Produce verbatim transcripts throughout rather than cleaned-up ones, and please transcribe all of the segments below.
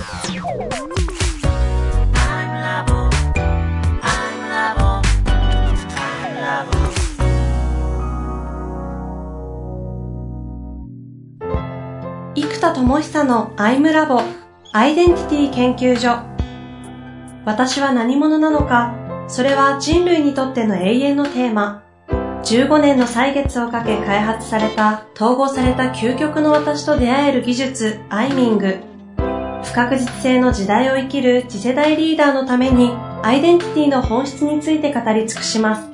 生田智久のアイムラボアイデンティティ研究所。私は何者なのか、それは人類にとっての永遠のテーマ。じゅうごねんの歳月をかけ開発された統合された究極の私と出会える技術アイミング。不確実性の時代を生きる次世代リーダーのためにアイデンティティの本質について語り尽くします。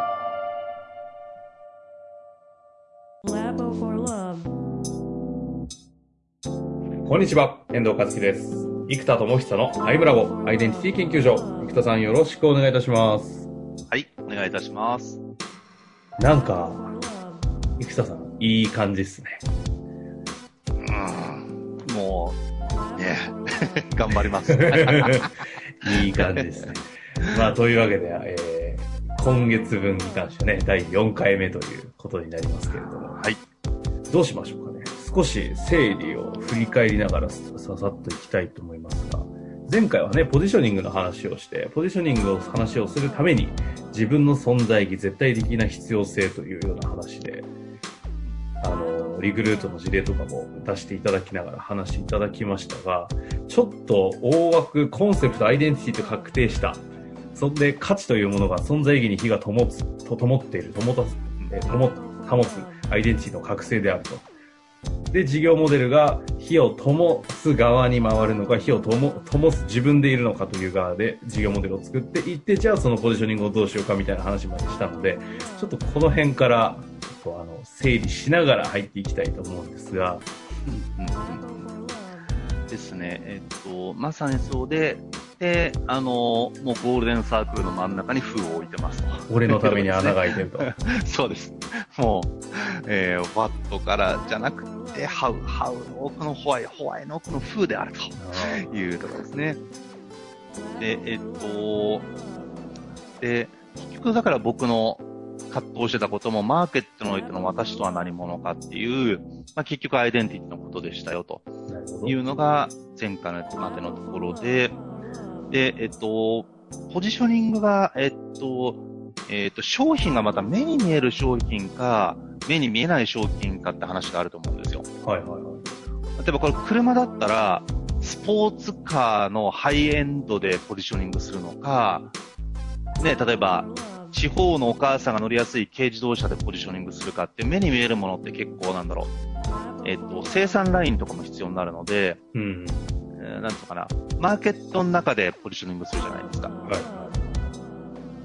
こんにちは、遠藤和樹です。生田智久のアイムラボアイデンティティ研究所。生田さんよろしくお願いいたします。 はい、お願いいたします。 なんか、生田さん、いい感じっすね。 うーん、もう、ね、頑張ります。 いい感じですね。まあ、というわけで、えー、今月分に関してね、だいよんかいめということになりますけれども。 はい。 どうしましょうかね。少し整理を振り返りながらささっといきたいと思いますが、前回はね、ポジショニングの話をして、ポジショニングの話をするために、自分の存在意義、絶対的な必要性というような話で、あの、リクルートの事例とかも出していただきながら話していただきましたが、ちょっと大枠、コンセプト、アイデンティティと確定した。そんで、価値というものが存在意義に火が灯つ、と灯っている、灯たつ、え、灯、保つ、アイデンティティの覚醒であると。で、事業モデルが火を灯す側に回るのか、火を灯、灯す自分でいるのかという側で事業モデルを作っていって、じゃあそのポジショニングをどうしようかみたいな話までしたので、ちょっとこの辺から、ちょっとあの、整理しながら入っていきたいと思うんですが。 うんうんうん、ですね、えっと、まさにそうで、で、あの、もうゴールデンサークルの真ん中に封を置いてますと。 俺のために穴が開いてると。 そうです。もう、えー、ワットからじゃなくて、ハウ、ハウの奥のホワイ、ホワイの奥の封であるというところですね。で、えっと、で、結局だから僕の葛藤してたことも、マーケットにおいての私とは何者かっていう、まあ、結局アイデンティティのことでしたよというのが前回までのところで、で、えっと、ポジショニングが、えっと、えっと、商品がまた目に見える商品か、目に見えない商品かって話があると思うんですよ。 はいはいはい。 例えばこれ車だったら、スポーツカーのハイエンドでポジショニングするのか、ね、例えば、地方のお母さんが乗りやすい軽自動車でポジショニングするかって目に見えるものって結構なんだろう。えっと、生産ラインとかも必要になるので、 うん。 えー、なんとかな、マーケットの中でポジショニングするじゃないですか。 はいはい。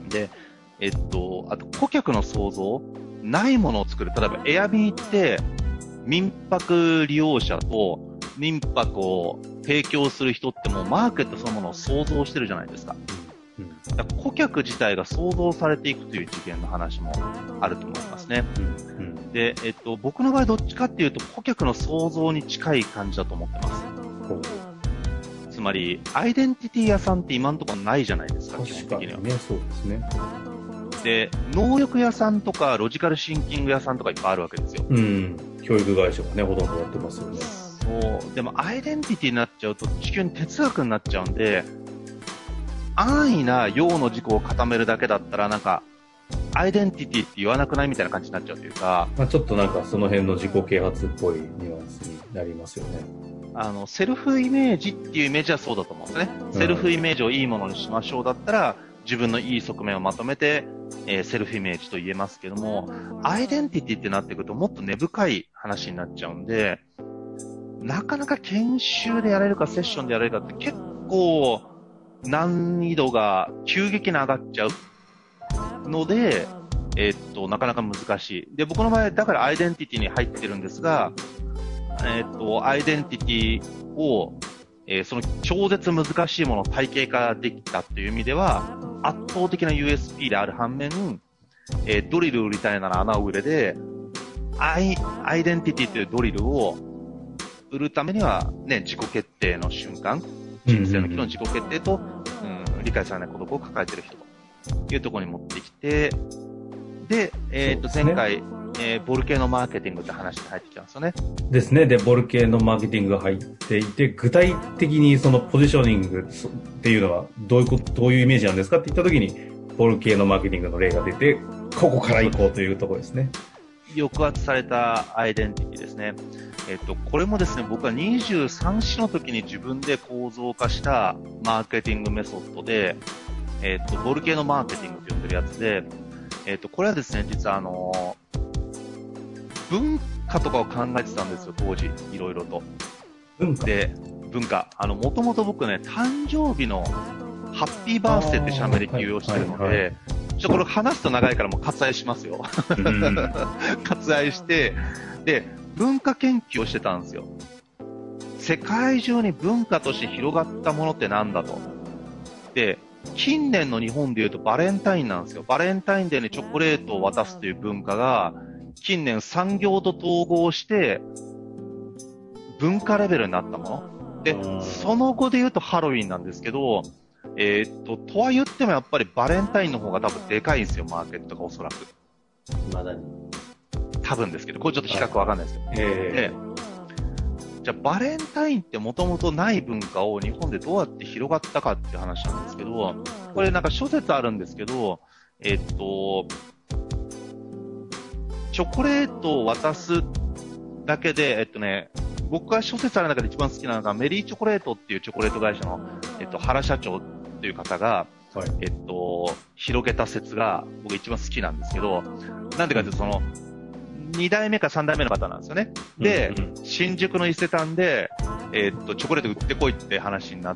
で、えっと、あと顧客の創造、ないものを作る。例えばエアビーって民泊利用者と民泊を提供する人ってもうマーケットそのものを創造してるじゃないですか。うん、だから顧客自体が創造されていくという次元の話もあると思いますね。うんうん、で、えっと、僕の場合どっちかっていうと顧客の創造に近い感じだと思ってます。つまり、アイデンティティ屋さんって今のところないじゃないですか、基本的には。 ね、そうですね。 で、能力屋さんとか、ロジカルシンキング屋さんとかいっぱいあるわけですよ。 うん。教育会社がね、ほとんどやってますよね。 そう。でも、アイデンティティになっちゃうと、地球に哲学になっちゃうんで、安易な用の事項を固めるだけだったら、なんか、アイデンティティって言わなくないみたいな感じになっちゃうというか。 まあちょっとなんかその辺の自己啓発っぽいニュアンスになりますよね。 あの、セルフイメージっていうイメージはそうだと思うんですね。うん、セルフイメージをいいものにしましょうだったら、自分のいい側面をまとめて、えー、セルフイメージと言えますけども、アイデンティティってなってくるともっと根深い話になっちゃうんで、なかなか研修でやれるかセッションでやれるかって結構難易度が急激に上がっちゃうので、えー、っと、なかなか難しい。で、僕の場合、だからアイデンティティに入ってるんですが、えー、っと、アイデンティティを、えー、その超絶難しいものを体系化できたっていう意味では、圧倒的な ユーエスピー である反面、えー、ドリル売りたいなら穴を売れで、アイ、アイデンティティというドリルを売るためには、ね、自己決定の瞬間、人生の機能の自己決定と、うん、理解されない孤独を抱えている人というところに持ってきて、で、えっと、前回、 えー、ボルケーノマーケティングって話に入ってきたんですよね。 ですね。で、ボルケーノマーケティングが入っていて、具体的にそのポジショニングっていうのはどういうこと、どういうイメージなんですかって言ったときに、ボルケーノマーケティングの例が出て、ここから行こうというところですね。 抑圧されたアイデンティティですね。えっと、これもですね、僕はにじゅうさん歳の時に自分で構造化したマーケティングメソッドで、えっと、ボルケーノマーケティングと呼んでるやつで、えっと、これはですね、実はあの、文化とかを考えてたんですよ、当時、いろいろと。 文化で、文化。あの、もともと僕ね、誕生日のハッピーバースデーって社名で起用してるので、はいはいはい、ちょっとこれ話すと長いからもう割愛しますよ。 うん、 割愛して、で、文化研究をしてたんですよ。世界中に文化として広がったものってなんだと。で、近年の日本でいうとバレンタインなんですよ。バレンタインデーにチョコレートを渡すという文化が、近年産業と統合して文化レベルになったもの。で、その後で言うとハロウィンなんですけど、えー、っと、とは言ってもやっぱりバレンタインの方が多分でかいんですよ、マーケットがおそらく。 まだに。 多分ですけど、これちょっと比較わかんないですよ。 はい、で、 じゃあバレンタインってもともとない文化を日本でどうやって広がったかっていう話なんですけど、これなんか諸説あるんですけど、えー、っと、チョコレートを渡すだけで、えっとね、僕が諸説ある中で一番好きなのがメリーチョコレートっていうチョコレート会社の、えっと、原社長っていう方が、はい、えっと、広げた説が僕一番好きなんですけど、なんでかというとその、に代目かさん代目の方なんですよね。で、うんうん、新宿の伊勢丹で、えっと、チョコレート売ってこいって話になって、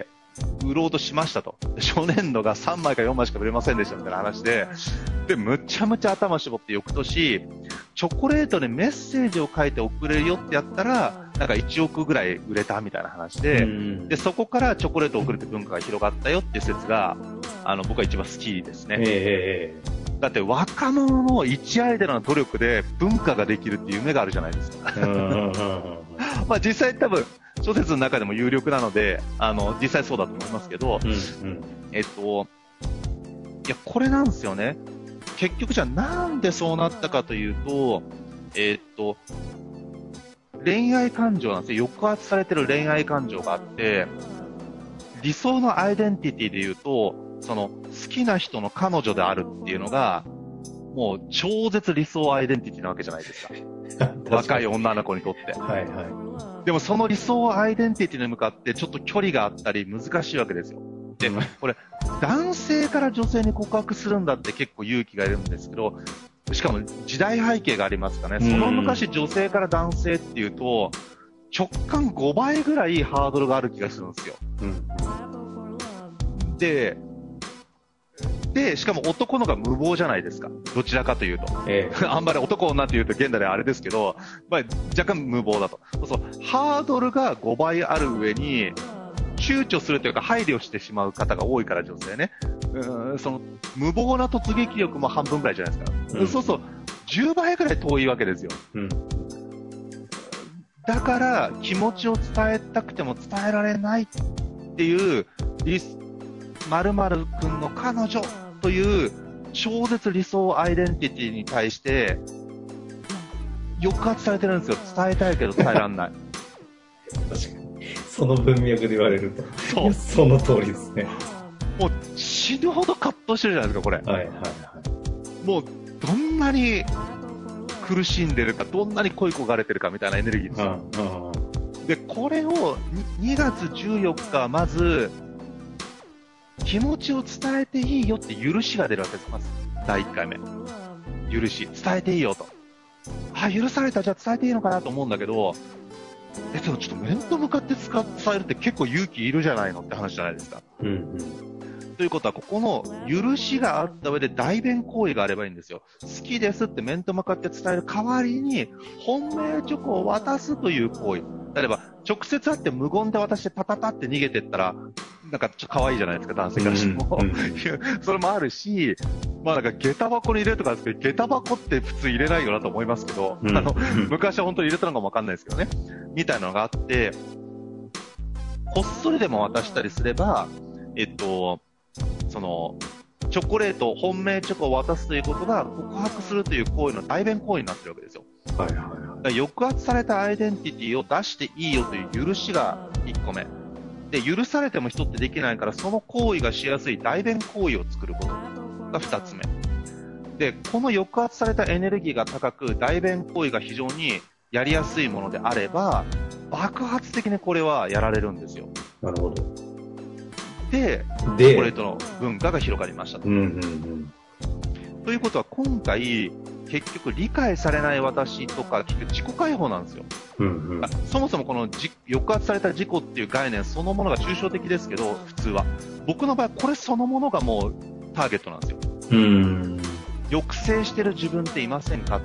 売ろうとしましたと。初年度がさんまいかよんまいしか売れませんでしたみたいな話で、で、むちゃむちゃ頭絞って翌年、チョコレートにメッセージを書いて送れるよってやったら、なんかいちおくぐらい売れたみたいな話で、で、そこからチョコレートを送るって文化が広がったよっていう説が、あの、僕は一番好きですね。えー、だって若者の一アイデアの努力で文化ができるっていう夢があるじゃないですか。まあ実際多分、諸説の中でも有力なので、あの、実際そうだと思いますけど、うんうん、えっと、いや、これなんですよね。結局じゃあなんでそうなったかというと、えっと、恋愛感情なんですよ。抑圧されてる恋愛感情があって、理想のアイデンティティで言うと、その好きな人の彼女であるっていうのが、もう超絶理想アイデンティティなわけじゃないですか。若い女の子にとって。はいはい。でもその理想アイデンティティに向かってちょっと距離があったり難しいわけですよ。で、これ、男性から女性に告白するんだって結構勇気がいるんですけど、しかも時代背景がありますかね。その昔女性から男性っていうと、直感ごばいぐらいハードルがある気がするんですよ。うん、で、で、しかも男の方が無謀じゃないですか。どちらかというと。ええ、あんまり男女って言うと現代ではあれですけど、まあ、若干無謀だと。そうそう、ハードルがごばいある上に、躊躇するというか配慮してしまう方が多いから女性ね。うーん、その、無謀な突撃力も半分ぐらいじゃないですか。うん、そうそう、じゅうばいぐらい遠いわけですよ。うん、だから、気持ちを伝えたくても伝えられないっていう、リス、〇〇くんの彼女という超絶理想アイデンティティに対して抑圧されてるんですよ。伝えたいけど伝えられない。 確かに。その文脈で言われると。そう。その通りですね。 もう死ぬほど葛藤してるじゃないですか、これ。はいはいはい。もうどんなに苦しんでるか、どんなに恋焦がれてるかみたいなエネルギーですよ。うんうん、で、これをにがつじゅうよっか、まず、気持ちを伝えていいよって許しが出るわけです。まず、だいいっかいめ。許し。伝えていいよと。あ、許された。じゃあ伝えていいのかなと思うんだけど、え、でもちょっと面と向かって伝えるって結構勇気いるじゃないのって話じゃないですか。うんうん。ということは、ここの許しがあった上で代弁行為があればいいんですよ。好きですって面と向かって伝える代わりに、本命チョコを渡すという行為。例えば、直接会って無言で渡してパタパって逃げてったら、なんかちょっと可愛いじゃないですか、男性からしても。うんうん、それもあるし、まあなんか下駄箱に入れるとかですけど、下駄箱って普通入れないよなと思いますけど、うん、あの、昔は本当に入れたのかもわかんないですけどね。みたいなのがあって、こっそりでも渡したりすれば、えっと、その、 チョコレート、本命チョコを渡すということが告白するという行為の代弁行為になってるわけですよ。 はいはいはい。 だから抑圧されたアイデンティティを出していいよという許しがいっこめ。で、許されても人ってできないから、その行為がしやすい代弁行為を作ることがふたつめ。で、この抑圧されたエネルギーが高く、代弁行為が非常にやりやすいものであれば、爆発的にこれはやられるんですよ。 なるほど。 で、 でチョコレートの文化が広がりましたと。 うんうんうん。 ということは今回、結局理解されない私とか、結局自己解放なんですよ。 うんうん、 そもそもこのじ抑圧された自己っていう概念そのものが抽象的ですけど、普通は。僕の場合、これそのものがもうターゲットなんですよ。 うん抑制してる自分っていませんかって。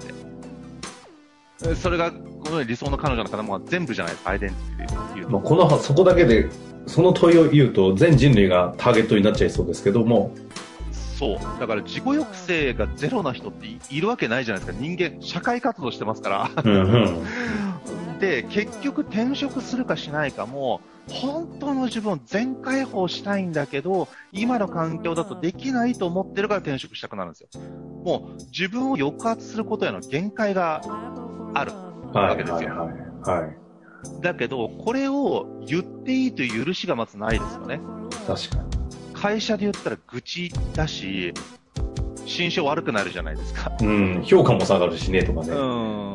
それが、この理想の彼女の方も全部じゃないですか、アイデンティティで言うと。 まあ、この、そこだけで、その問いを言うと、全人類がターゲットになっちゃいそうですけども。 そう。だから自己抑制がゼロな人っているわけないじゃないですか。人間、社会活動してますから。 うんうんで、結局転職するかしないかも、本当の自分を全解放したいんだけど、今の環境だとできないと思ってるから転職したくなるんですよ。もう自分を抑圧することへの限界があるわけですよ。はいはいはいはい、だけど、これを言っていいという許しがまずないですよね。 確かに。 会社で言ったら愚痴だし、心象悪くなるじゃないですか。 うん、評価も下がるしねとかね。 うん、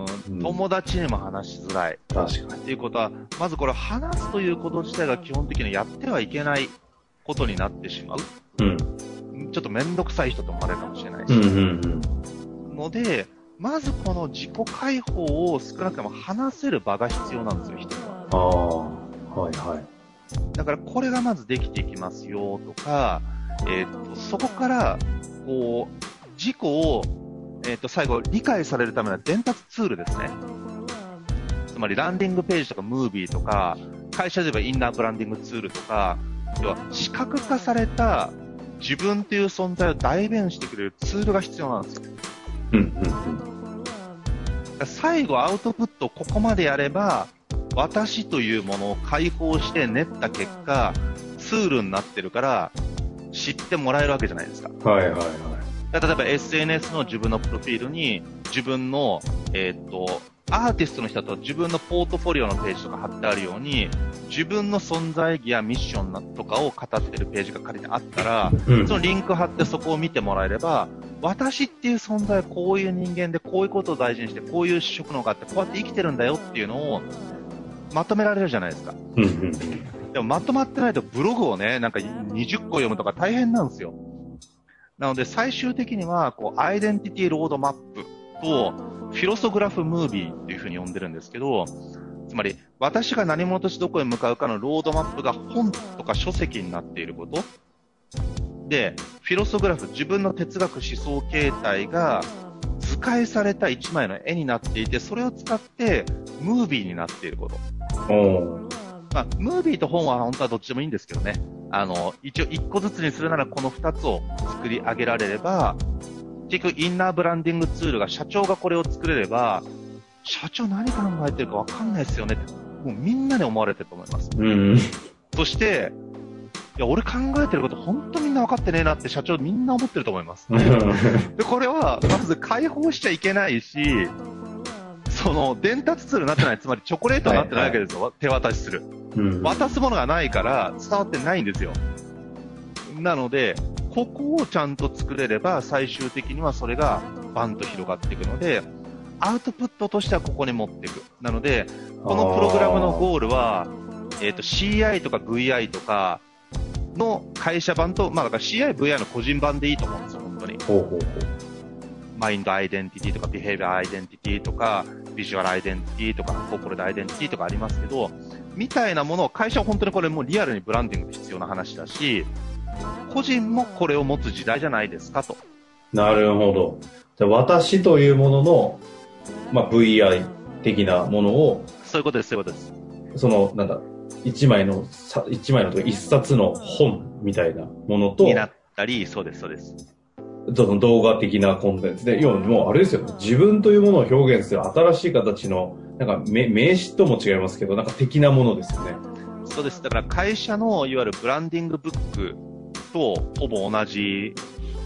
うん、友達にも話しづらい。 確かに。 っていうことは、まずこれ話すということ自体が基本的にやってはいけないことになってしまう。うん。ちょっとめんどくさい人と思われるかもしれないし。うんうんうん。ので、まずこの自己解放を少なくとも話せる場が必要なんですよ、人には。 ああ、はいはい。 だからこれがまずできていきますよとか、えー、とそこからこう自己を、えー、と最後理解されるための伝達ツールですね。つまりランディングページとかムービーとか、会社で言えばインナーブランディングツールとか、要は視覚化された自分という存在を代弁してくれるツールが必要なんですよ。うんうんうん、最後アウトプットをここまでやれば、私というものを解放して練った結果、ツールになってるから知ってもらえるわけじゃないですか。はいはいはい。例えば エスエヌエス の自分のプロフィールに自分の、えー、っと、アーティストの人だと自分のポートフォリオのページとか貼ってあるように、自分の存在意義やミッションとかを語ってるページが仮にあったら、うん、そのリンク貼ってそこを見てもらえれば、私っていう存在はこういう人間でこういうことを大事にして、こういう職能があって、こうやって生きてるんだよっていうのをまとめられるじゃないですか。うんうんうん、でもまとまってないとブログをね、なんかにじゅっこ読むとか大変なんですよ。なので最終的には、こう、アイデンティティロードマップと、フィロソグラフムービーっていう風に呼んでるんですけど、つまり、私が何者としてどこへ向かうかのロードマップが本とか書籍になっていること。で、フィロソグラフ、自分の哲学思想形態が図解された一枚の絵になっていて、それを使ってムービーになっていること。まあ、ムービーと本は本当はどっちでもいいんですけどね。あの、一応一個ずつにするならこの二つを作り上げられれば、結局インナーブランディングツールが社長がこれを作れれば、社長何考えてるかわかんないですよねって、もうみんなに思われてると思います。うん、そして、いや、俺考えてること本当みんな分かってねえなって社長みんな思ってると思います。で、これはまず解放しちゃいけないし、その伝達ツールになってない、つまりチョコレートになってないわけですよ、はいはい、手渡しする、うん。渡すものがないから伝わってないんですよ。なので、ここをちゃんと作れれば最終的にはそれがバンと広がっていくので、アウトプットとしてはここに持っていく。なので、このプログラムのゴールは、えっと、シーアイ とか ブイアイ とかの会社版と、まあだから シーアイ、ブイアイ の個人版でいいと思うんですよ、本当に。ほうほうほう。マインドアイデンティティとか、ビヘイビアアイデンティティとか、ビジュアルアイデンティティとか、コーポレートアイデンティティとかありますけど、みたいなものを会社は本当にこれもうリアルにブランディングで必要な話だし、個人もこれを持つ時代じゃないですかと。なるほど。 じゃあ私というものの、まあ、ブイアイ 的なものを、 そういうことです、そういうことです。 その、なんだ、一枚の、一枚のとか一冊の本みたいなものと、 になったり、そうです、そうです。 その動画的なコンテンツで、要はもうあれですよ、自分というものを表現する新しい形の、なんか名詞とも違いますけど、なんか的なものですよね。 そうです。だから会社のいわゆるブランディングブックとほぼ同じ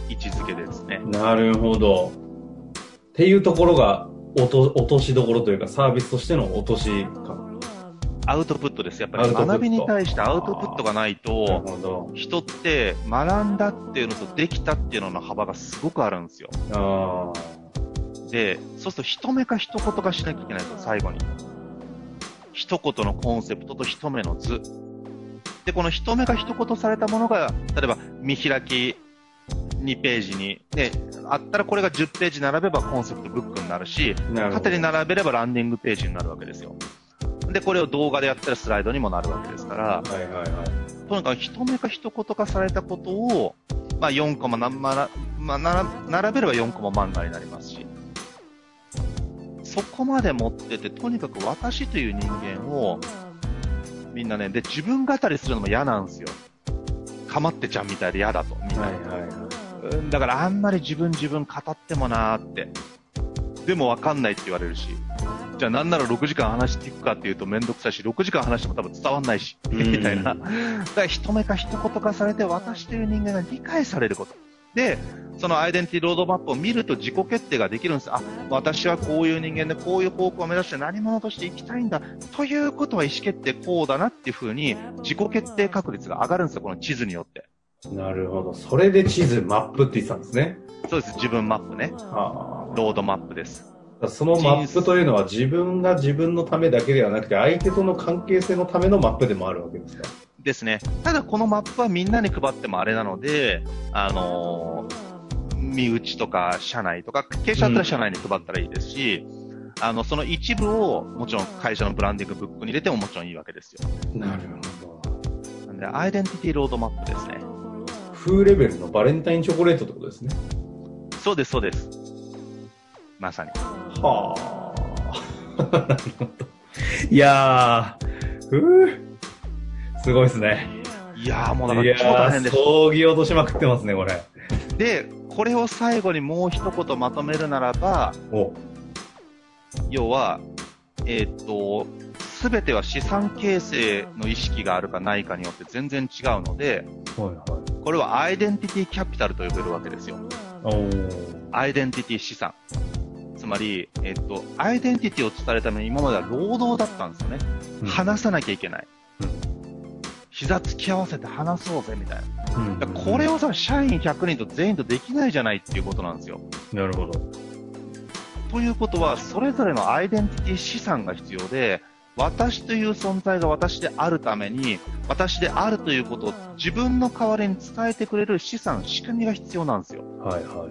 位置づけですね。 なるほど。っていうところが落と、落としどころというか、サービスとしての落としか。 アウトプットです。やっぱり学びに対してアウトプットがないと、人って学んだっていうのとできたっていうのの幅がすごくあるんですよ。 あで、そうすると一目か一言かしなきゃいけないんですよ、最後に。一言のコンセプトと一目の図。で、この一目か一言されたものが、例えば見開きにページに、ね、あったらこれがじゅうページ並べばコンセプトブックになるし、縦に並べればランディングページになるわけですよ。で、これを動画でやったらスライドにもなるわけですから、はいはいはい、とにかく一目か一言かされたことを、まあよんコマな、まあ、な並べればよんコマ漫画になりますし、そこまで持ってて、とにかく私という人間を、みんなね、で、自分語りするのも嫌なんですよ。かまってちゃんみたいで嫌だと、みんな。はいはいはい、だからあんまり自分自分語ってもなーって。でもわかんないって言われるし。じゃあなんならろくじかん話聞くかっていうとめんどくさいし、ろくじかん話しても多分伝わんないし、みたいな。だから一目か一言かされて私という人間が理解されること。で、そのアイデンティティロードマップを見ると自己決定ができるんです。あ、私はこういう人間でこういう方向を目指して何者として生きたいんだ。ということは意思決定こうだなっていう風に自己決定確率が上がるんですよ、この地図によって。 なるほど。それで地図、マップって言ってたんですね。 そうです。自分マップね。 はあ、 ロードマップです。 そのマップというのは自分が自分のためだけではなくて相手との関係性のためのマップでもあるわけですか？ ですね。ただこのマップはみんなに配ってもあれなので、あのー、身内とか社内とか、経営者だったら社内に配ったらいいですし、うん、あの、その一部をもちろん会社のブランディングブックに入れてももちろんいいわけですよ。 なるほど。なんで、アイデンティティロードマップですね。 風レベルのバレンタインチョコレートってことですね。 そうです、そうです。まさに。 はあ。なるほど。いやー、ふぅ。すごいですね。 いやーもうだから超大変です。 そぎ落としまくってますね、これ。 で、これを最後にもう一言まとめるならば、 お要は、えー、っと、すべては資産形成の意識があるかないかによって全然違うので、はいはい、これはアイデンティティキャピタルと呼べるわけですよ。 おアイデンティティ資産。つまり、えっと、アイデンティティを伝えるために今までは労働だったんですよね。うん、話さなきゃいけない。うん、膝突き合わせて話そうぜみたいな。うんうんうん、これをさ、社員ひゃくにんと全員とできないじゃないっていうことなんですよ。 なるほど。 ということは、それぞれのアイデンティティ資産が必要で、私という存在が私であるために、私であるということを自分の代わりに伝えてくれる資産、仕組みが必要なんですよ。 はいはいはい。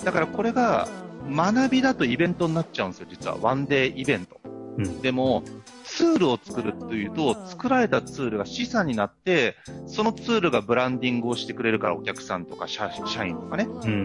だからこれが、学びだとイベントになっちゃうんですよ、実は。ワンデーイベント。うん、でも、ツールを作るというと、作られたツールが資産になって、そのツールがブランディングをしてくれるから、お客さんとか社、社員とかね。うんうんうん、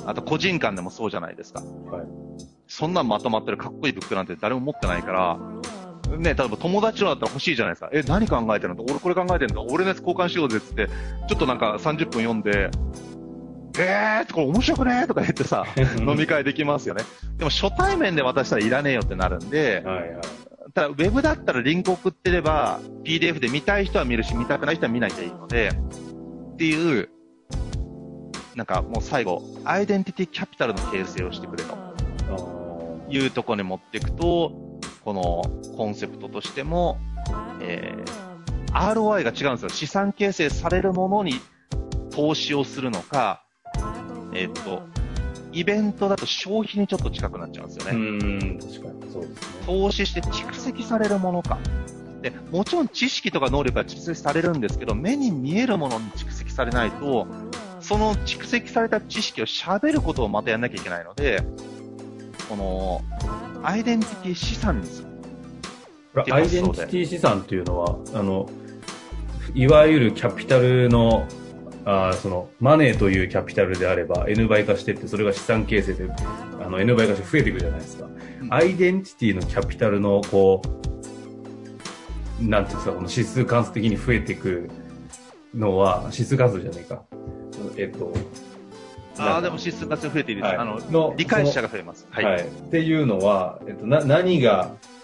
あと、個人間でもそうじゃないですか。はい、そんなんまとまってるかっこいいブックなんて誰も持ってないから、ね、例えば友達のだったら欲しいじゃないですか。え、何考えてるの？俺これ考えてるんだ。俺のやつ交換しようぜっつって、ちょっとなんかさんじゅっぷん読んで、えーってこれ面白くねーとか言ってさ、飲み会できますよね。でも初対面で渡したらいらねえよってなるんで、はいはい、ただウェブだったらリンク送ってれば ピーディーエフ で見たい人は見るし見たくない人は見なきゃいいので、っていう、なんかもう最後、アイデンティティキャピタルの形成をしてくれというところに持っていくと、このコンセプトとしても、えー、アールオーアイ が違うんですよ。資産形成されるものに投資をするのか、えっと、イベントだと消費にちょっと近くなっちゃうんですよね。 うーん、確かにそうですね。 投資して蓄積されるものか。で、もちろん知識とか能力が蓄積されるんですけど、目に見えるものに蓄積されないと、その蓄積された知識を喋ることをまたやんなきゃいけないので、この、アイデンティティ資産にする。 アイデンティティ資産っていうのは、あの、いわゆるキャピタルの、あそのマネーというキャピタルであれば N 倍化していって、それが資産形成であの N 倍化して増えていくじゃないですか、うん、アイデンティティのキャピタルのこうなんていうんですか、この指数関数的に増えていくのは、指数関数じゃないか、えっとああでも指数関数増えていいです、 はい、 あのの理解者が増えます、 はいはい、っていうのは、えっと、な何が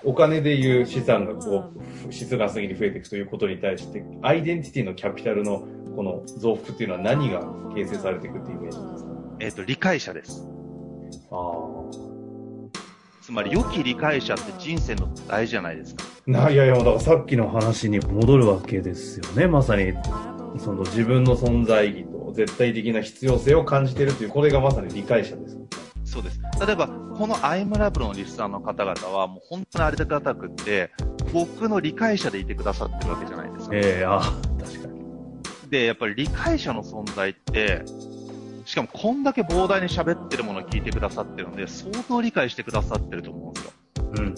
お金でいう資産がこう、質が過ぎに増えていくということに対して、アイデンティティのキャピタルのこの増幅っていうのは何が形成されていくっていうイメージですか？ えっと、理解者です。 ああ。 つまり、良き理解者って人生の大事じゃないですか。 な、いやいや、だからさっきの話に戻るわけですよね。まさに、その自分の存在意義と絶対的な必要性を感じているという、これがまさに理解者です。 そうです。例えば、このアイムラブのリスナーの方々は、もう本当にありがたくって、僕の理解者でいてくださってるわけじゃないですか。 ええー、ああ、確かに。 で、やっぱり理解者の存在って、しかもこんだけ膨大に喋ってるものを聞いてくださってるので、相当理解してくださってると思うんですよ。うん、うん。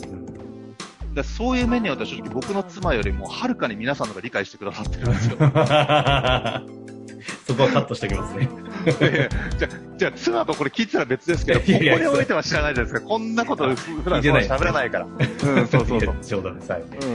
でそういう面によっては正直僕の妻よりもはるかに皆さんのが理解してくださってるんですよ。 そこはカットしておきますね。 じゃあ、じゃあ妻とこれ聞いてたら別ですけど、ここにおいては知らないですか。こんなこと普段喋らないから。うん、そうそうそう。 冗談です。はい。 うん、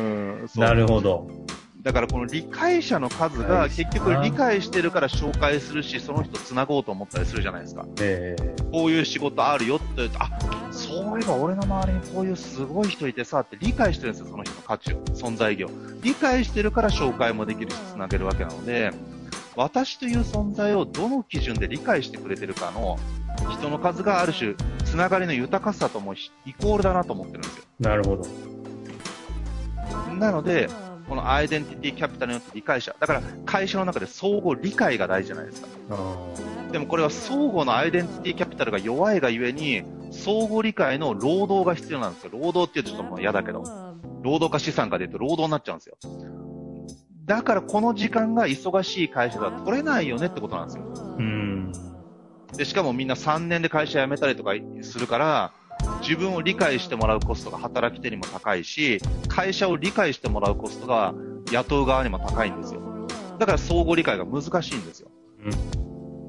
なるほど。 だからこの理解者の数が結局理解してるから紹介するし、その人つなごうと思ったりするじゃないですか。えー、こういう仕事あるよって言うと、あ、そういえば俺の周りにこういうすごい人いてさって理解してるんですよ、その人の価値を、存在意義を。理解してるから紹介もできるし、つなげるわけなので、私という存在をどの基準で理解してくれてるかの人の数がある種、つながりの豊かさともイコールだなと思ってるんですよ。 なるほど。 なので、このアイデンティティキャピタルによって理解者。だから会社の中で相互理解が大事じゃないですか。でもこれは相互のアイデンティティキャピタルが弱いがゆえに、相互理解の労働が必要なんですよ。労働って言うとちょっともう嫌だけど、労働か資産かで言うと労働になっちゃうんですよ。だからこの時間が忙しい会社では取れないよねってことなんですよ。うんでしかもみんなさんねんで会社辞めたりとかするから、自分を理解してもらうコストが働き手にも高いし、会社を理解してもらうコストが雇う側にも高いんですよ。だから相互理解が難しいんですよ。うん、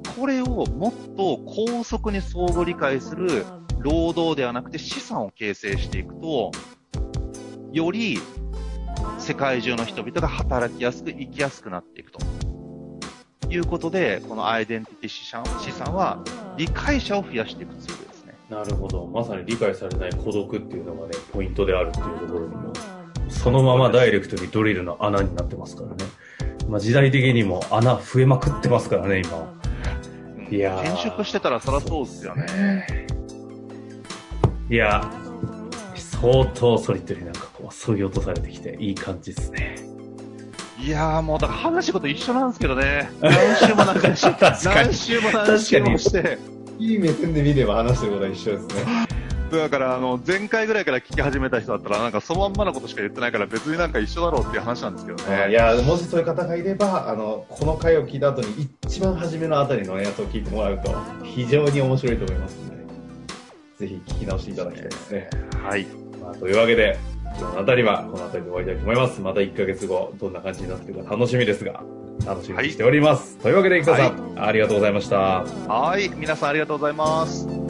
これをもっと高速に相互理解する労働ではなくて資産を形成していくと、より世界中の人々が働きやすく生きやすくなっていくということで、このアイデンティティ資産、資産は理解者を増やしていくツールです。 なるほど。まさに理解されない孤独っていうのがね、ポイントであるっていうところにも、そのままダイレクトにドリルの穴になってますからね。まあ時代的にも穴増えまくってますからね、今。 いやー。転職してたらそらそうですよね。 いや、相当ソリッドになんかこう、削ぎ落とされてきて、いい感じですね。 いやーもうだから話すこと一緒なんですけどね。何週も何回し何週も何週もして。 いい目線で見れば話してることは一緒ですね。 だからあの前回ぐらいから聞き始めた人だったらなんかそのまんまのことしか言ってないから別になんか一緒だろうっていう話なんですけどね。 いやもしそういう方がいればあのこの回を聞いた後に一番初めのあたりのやつを聞いてもらうと非常に面白いと思いますので、ぜひ聞き直していただきたいですね。 はい。 まあ、というわけで今日のあたりはこのあたりで終わりたいと思います。またいっかげつごどんな感じになっているか楽しみですが。楽しみにしております。はい、というわけで、生田さん、はい、ありがとうございました。 はい、皆さんありがとうございます。